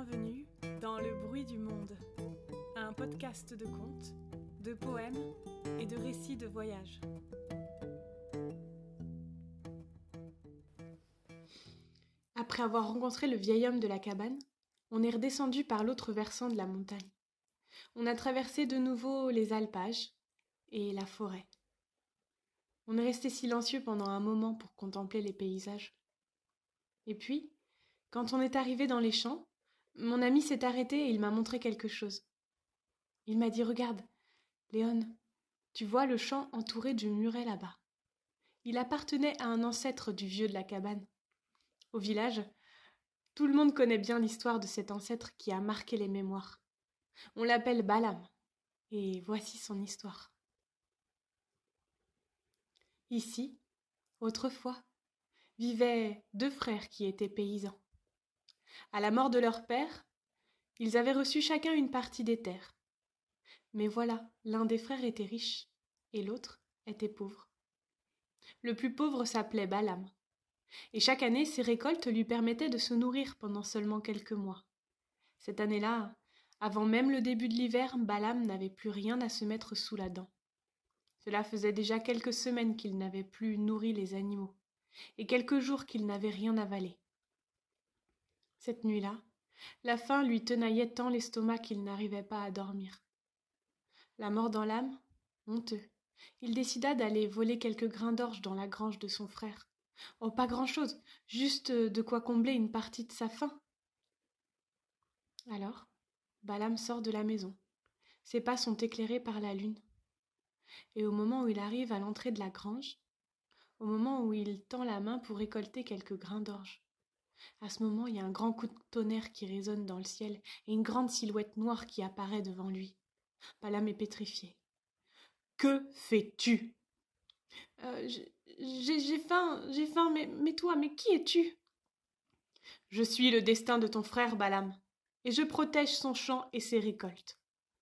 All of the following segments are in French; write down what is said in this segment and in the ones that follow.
Bienvenue dans Le bruit du monde, un podcast de contes, de poèmes et de récits de voyage. Après avoir rencontré le vieil homme de la cabane, on est redescendu par l'autre versant de la montagne. On a traversé de nouveau les alpages et la forêt. On est resté silencieux pendant un moment pour contempler les paysages. Et puis, quand on est arrivé dans les champs, mon ami s'est arrêté et il m'a montré quelque chose. Il m'a dit « Regarde, Léon, tu vois le champ entouré d'une muraille là-bas. Il appartenait à un ancêtre du vieux de la cabane. Au village, tout le monde connaît bien l'histoire de cet ancêtre qui a marqué les mémoires. On l'appelle Balaam, et voici son histoire. Ici, autrefois, vivaient deux frères qui étaient paysans. À la mort de leur père, ils avaient reçu chacun une partie des terres. Mais voilà, l'un des frères était riche et l'autre était pauvre. Le plus pauvre s'appelait Balaam, et chaque année ses récoltes lui permettaient de se nourrir pendant seulement quelques mois. Cette année-là, avant même le début de l'hiver, Balaam n'avait plus rien à se mettre sous la dent. Cela faisait déjà quelques semaines qu'il n'avait plus nourri les animaux, et quelques jours qu'il n'avait rien avalé. Cette nuit-là, la faim lui tenaillait tant l'estomac qu'il n'arrivait pas à dormir. La mort dans l'âme, honteux, il décida d'aller voler quelques grains d'orge dans la grange de son frère. Oh, pas grand-chose, juste de quoi combler une partie de sa faim. Alors, Balaam sort de la maison. Ses pas sont éclairés par la lune. Et au moment où il arrive à l'entrée de la grange, au moment où il tend la main pour récolter quelques grains d'orge, à ce moment, il y a un grand coup de tonnerre qui résonne dans le ciel et une grande silhouette noire qui apparaît devant lui. Balaam est pétrifié. « Que fais-tu » J'ai faim, mais toi, mais qui es-tu » Je suis le destin de ton frère Balaam, et je protège son champ et ses récoltes.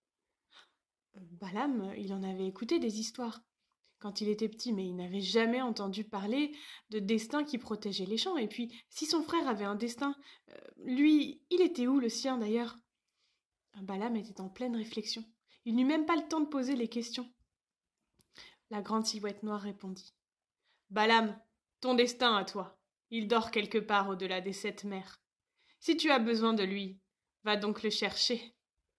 Balaam, il en avait écouté des histoires quand il était petit, mais il n'avait jamais entendu parler de destin qui protégeait les champs. Et puis, si son frère avait un destin, lui, il était où le sien d'ailleurs ? Balaam était en pleine réflexion. Il n'eut même pas le temps de poser les questions. La grande silhouette noire répondit. « Balaam, ton destin à toi. Il dort quelque part au-delà des 7 mers. Si tu as besoin de lui, va donc le chercher. »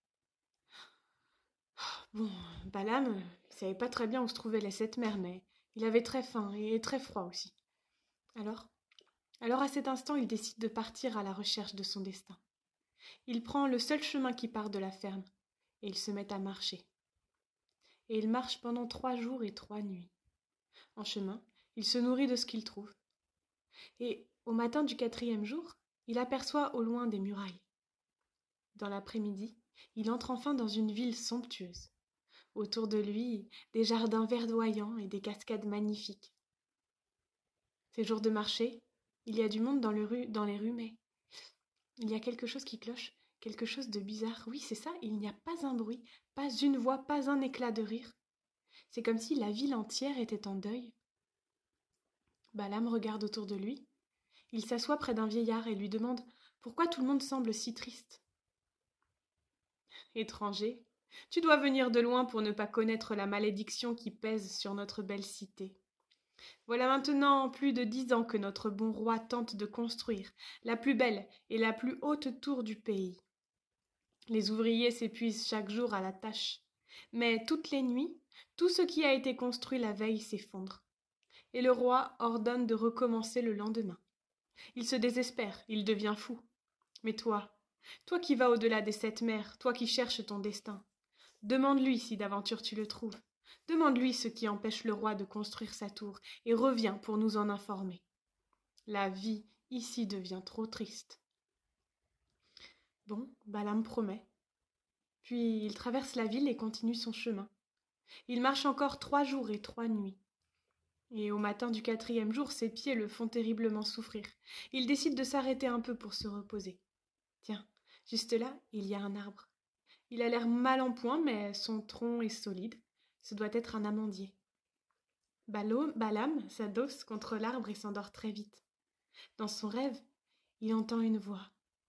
Bon, Balaam, il savait pas très bien où se trouvaient les 7 mers, mais il avait très faim et très froid aussi. Alors à cet instant, il décide de partir à la recherche de son destin. Il prend le seul chemin qui part de la ferme, et il se met à marcher. Et il marche pendant 3 jours et 3 nuits. En chemin, il se nourrit de ce qu'il trouve. Et au matin du 4e jour, il aperçoit au loin des murailles. Dans l'après-midi, il entre enfin dans une ville somptueuse. Autour de lui, des jardins verdoyants et des cascades magnifiques. Ces jours de marché, il y a du monde dans les rues, mais il y a quelque chose qui cloche, quelque chose de bizarre. Oui, c'est ça, il n'y a pas un bruit, pas une voix, pas un éclat de rire. C'est comme si la ville entière était en deuil. Balaam regarde autour de lui. Il s'assoit près d'un vieillard et lui demande pourquoi tout le monde semble si triste. « Étranger, tu dois venir de loin pour ne pas connaître la malédiction qui pèse sur notre belle cité. Voilà maintenant plus de 10 ans que notre bon roi tente de construire la plus belle et la plus haute tour du pays. Les ouvriers s'épuisent chaque jour à la tâche, mais toutes les nuits, tout ce qui a été construit la veille s'effondre, et le roi ordonne de recommencer le lendemain. Il se désespère, il devient fou. Mais toi qui vas au-delà des 7 mers, toi qui cherches ton destin, demande-lui si d'aventure tu le trouves. Demande-lui ce qui empêche le roi de construire sa tour et reviens pour nous en informer. La vie ici devient trop triste. » Bon, Balaam promet. Puis il traverse la ville et continue son chemin. Il marche encore 3 jours et 3 nuits. Et au matin du 4e jour, ses pieds le font terriblement souffrir. Il décide de s'arrêter un peu pour se reposer. Tiens, juste là, il y a un arbre. Il a l'air mal en point, mais son tronc est solide. Ce doit être un amandier. Balaam s'adosse contre l'arbre et s'endort très vite. Dans son rêve, il entend une voix.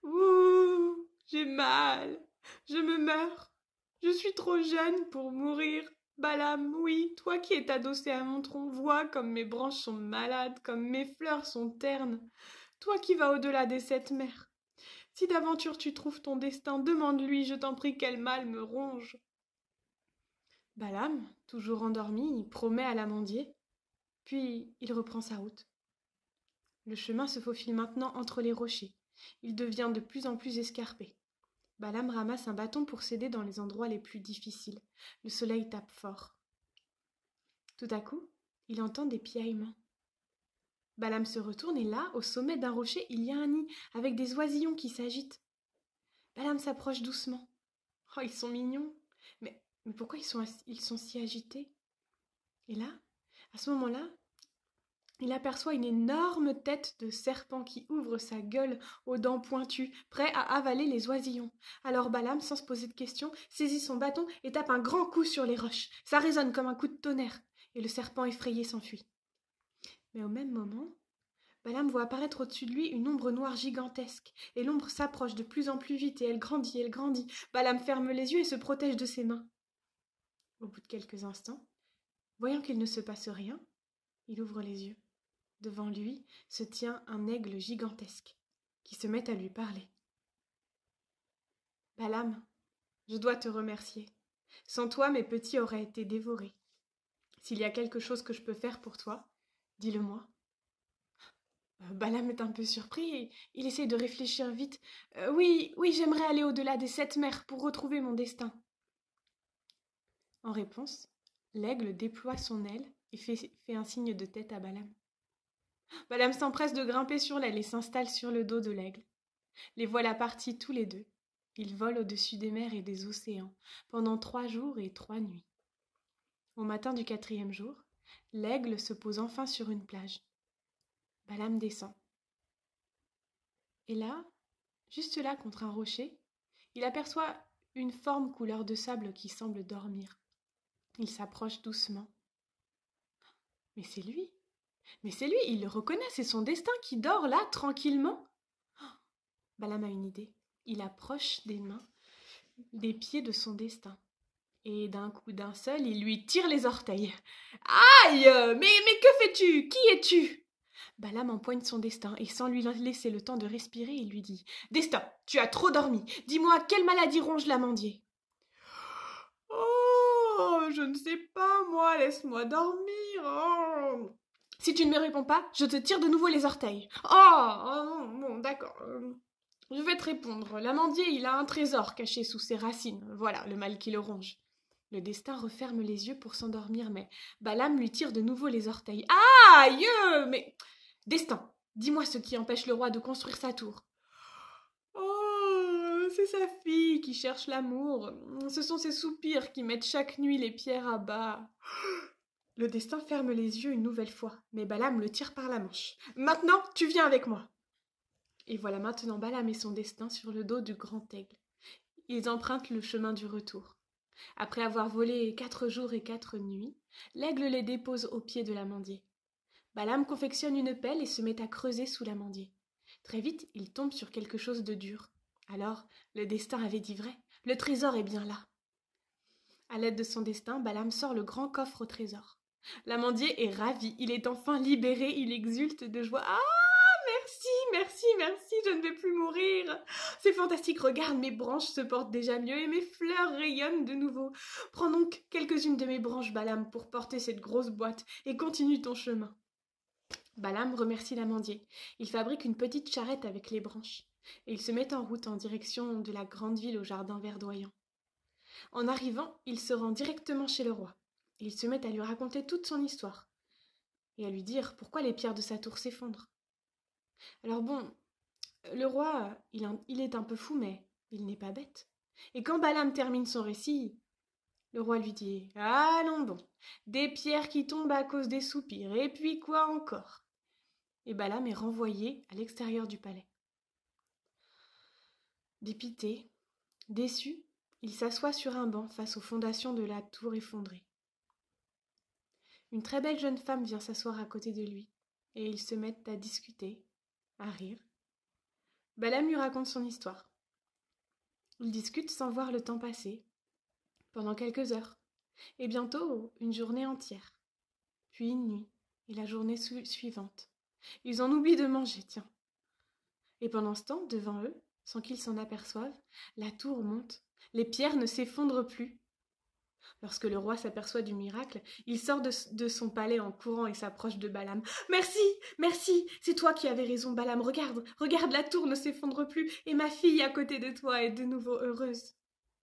Ouh, j'ai mal, je me meurs. Je suis trop jeune pour mourir. Balaam, oui, toi qui es adossé à mon tronc, vois comme mes branches sont malades, comme mes fleurs sont ternes. Toi qui vas au-delà des 7 mers. Si d'aventure tu trouves ton destin, demande-lui, je t'en prie, quel mal me ronge. Balaam, toujours endormi, promet à l'amandier, puis il reprend sa route. Le chemin se faufile maintenant entre les rochers. Il devient de plus en plus escarpé. Balaam ramasse un bâton pour s'aider dans les endroits les plus difficiles. Le soleil tape fort. Tout à coup, il entend des piaillements. Balaam se retourne et là, au sommet d'un rocher, il y a un nid avec des oisillons qui s'agitent. Balaam s'approche doucement. Oh, ils sont mignons. Mais pourquoi ils sont si agités? Et là, à ce moment-là, il aperçoit une énorme tête de serpent qui ouvre sa gueule aux dents pointues, prêt à avaler les oisillons. Alors Balaam, sans se poser de questions, saisit son bâton et tape un grand coup sur les roches. Ça résonne comme un coup de tonnerre, et le serpent effrayé s'enfuit. Mais au même moment, Balaam voit apparaître au-dessus de lui une ombre noire gigantesque, et l'ombre s'approche de plus en plus vite, et elle grandit, elle grandit. Balaam ferme les yeux et se protège de ses mains. Au bout de quelques instants, voyant qu'il ne se passe rien, il ouvre les yeux. Devant lui se tient un aigle gigantesque, qui se met à lui parler. « Balaam, je dois te remercier. Sans toi, mes petits auraient été dévorés. S'il y a quelque chose que je peux faire pour toi, dis-le-moi. » Balaam est un peu surpris et il essaye de réfléchir vite. Oui, j'aimerais aller au-delà des 7 mers pour retrouver mon destin. » En réponse, l'aigle déploie son aile et fait un signe de tête à Balaam. Balaam s'empresse de grimper sur l'aile et s'installe sur le dos de l'aigle. Les voilà partis tous les deux. Ils volent au-dessus des mers et des océans pendant 3 jours et 3 nuits. Au matin du 4e jour, l'aigle se pose enfin sur une plage. Balaam descend. Et là, juste là contre un rocher, il aperçoit une forme couleur de sable qui semble dormir. Il s'approche doucement. Mais c'est lui. Mais c'est lui, il le reconnaît, c'est son destin qui dort là, tranquillement. Balaam a une idée. Il approche des pieds de son destin. Et d'un coup d'un seul, il lui tire les orteils. Aïe! Mais que fais-tu? Qui es-tu? Balaam empoigne son destin et sans lui laisser le temps de respirer, il lui dit: Destin, tu as trop dormi. Dis-moi, quelle maladie ronge l'amandier? Oh, je ne sais pas, moi, laisse-moi dormir. Oh. Si tu ne me réponds pas, je te tire de nouveau les orteils. Bon, d'accord. Je vais te répondre. L'amandier, il a un trésor caché sous ses racines. Voilà le mal qui le ronge. Le destin referme les yeux pour s'endormir, mais Balaam lui tire de nouveau les orteils. Aïe! Mais destin, dis-moi ce qui empêche le roi de construire sa tour. Oh, c'est sa fille qui cherche l'amour. Ce sont ses soupirs qui mettent chaque nuit les pierres à bas. Le destin ferme les yeux une nouvelle fois, mais Balaam le tire par la manche. Maintenant, tu viens avec moi. Et voilà maintenant Balaam et son destin sur le dos du grand aigle. Ils empruntent le chemin du retour. Après avoir volé 4 jours et 4 nuits, l'aigle les dépose au pied de l'amandier. Balaam confectionne une pelle et se met à creuser sous l'amandier. Très vite, il tombe sur quelque chose de dur. Alors, le destin avait dit vrai. Le trésor est bien là. À l'aide de son destin, Balaam sort le grand coffre au trésor. L'amandier est ravi. Il est enfin libéré. Il exulte de joie. Ah! Merci, je ne vais plus mourir. C'est fantastique, regarde, mes branches se portent déjà mieux et mes fleurs rayonnent de nouveau. Prends donc quelques-unes de mes branches, Balaam, pour porter cette grosse boîte et continue ton chemin. Balaam remercie l'amandier. Il fabrique une petite charrette avec les branches et il se met en route en direction de la grande ville au jardin verdoyant. En arrivant, il se rend directement chez le roi et il se met à lui raconter toute son histoire et à lui dire pourquoi les pierres de sa tour s'effondrent. Alors bon, le roi, il est un peu fou, mais il n'est pas bête. Et quand Balaam termine son récit, le roi lui dit: Allons bon, des pierres qui tombent à cause des soupirs, et puis quoi encore? Et Balaam est renvoyé à l'extérieur du palais. Dépité, déçu, il s'assoit sur un banc face aux fondations de la tour effondrée. Une très belle jeune femme vient s'asseoir à côté de lui, et ils se mettent à discuter, à rire. Balaam lui raconte son histoire. Ils discutent sans voir le temps passer, pendant quelques heures, et bientôt une journée entière, puis une nuit, et la journée suivante. Ils en oublient de manger, tiens. Et pendant ce temps, devant eux, sans qu'ils s'en aperçoivent, la tour monte, les pierres ne s'effondrent plus. Lorsque le roi s'aperçoit du miracle, il sort de son palais en courant et s'approche de Balaam. « Merci, merci, c'est toi qui avais raison, Balaam, regarde, regarde, la tour ne s'effondre plus, et ma fille à côté de toi est de nouveau heureuse. »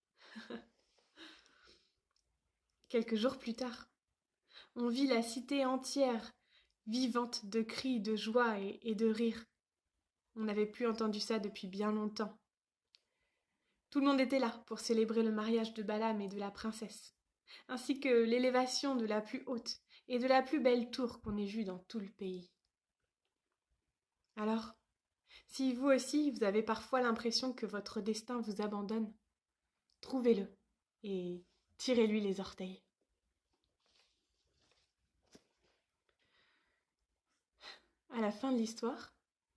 Quelques jours plus tard, on vit la cité entière, vivante de cris, de joie et de rires. On n'avait plus entendu ça depuis bien longtemps. Tout le monde était là pour célébrer le mariage de Balaam et de la princesse, ainsi que l'élévation de la plus haute et de la plus belle tour qu'on ait vue dans tout le pays. Alors, si vous aussi vous avez parfois l'impression que votre destin vous abandonne, trouvez-le et tirez-lui les orteils. À la fin de l'histoire,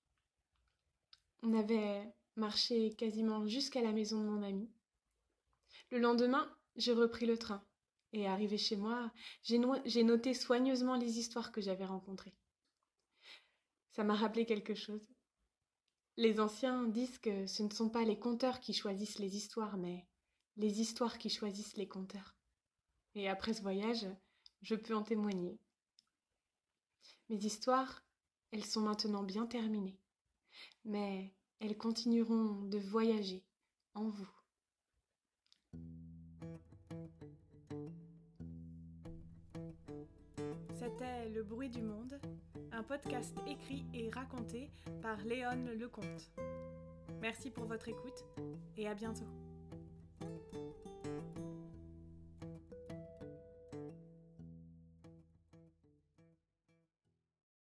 on avait marché quasiment jusqu'à la maison de mon ami. Le lendemain, j'ai repris le train. Et arrivé chez moi, j'ai noté soigneusement les histoires que j'avais rencontrées. Ça m'a rappelé quelque chose. Les anciens disent que ce ne sont pas les conteurs qui choisissent les histoires, mais les histoires qui choisissent les conteurs. Et après ce voyage, je peux en témoigner. Mes histoires, elles sont maintenant bien terminées, mais elles continueront de voyager en vous. C'était Le bruit du monde, un podcast écrit et raconté par Léone Lecomte. Merci pour votre écoute et à bientôt.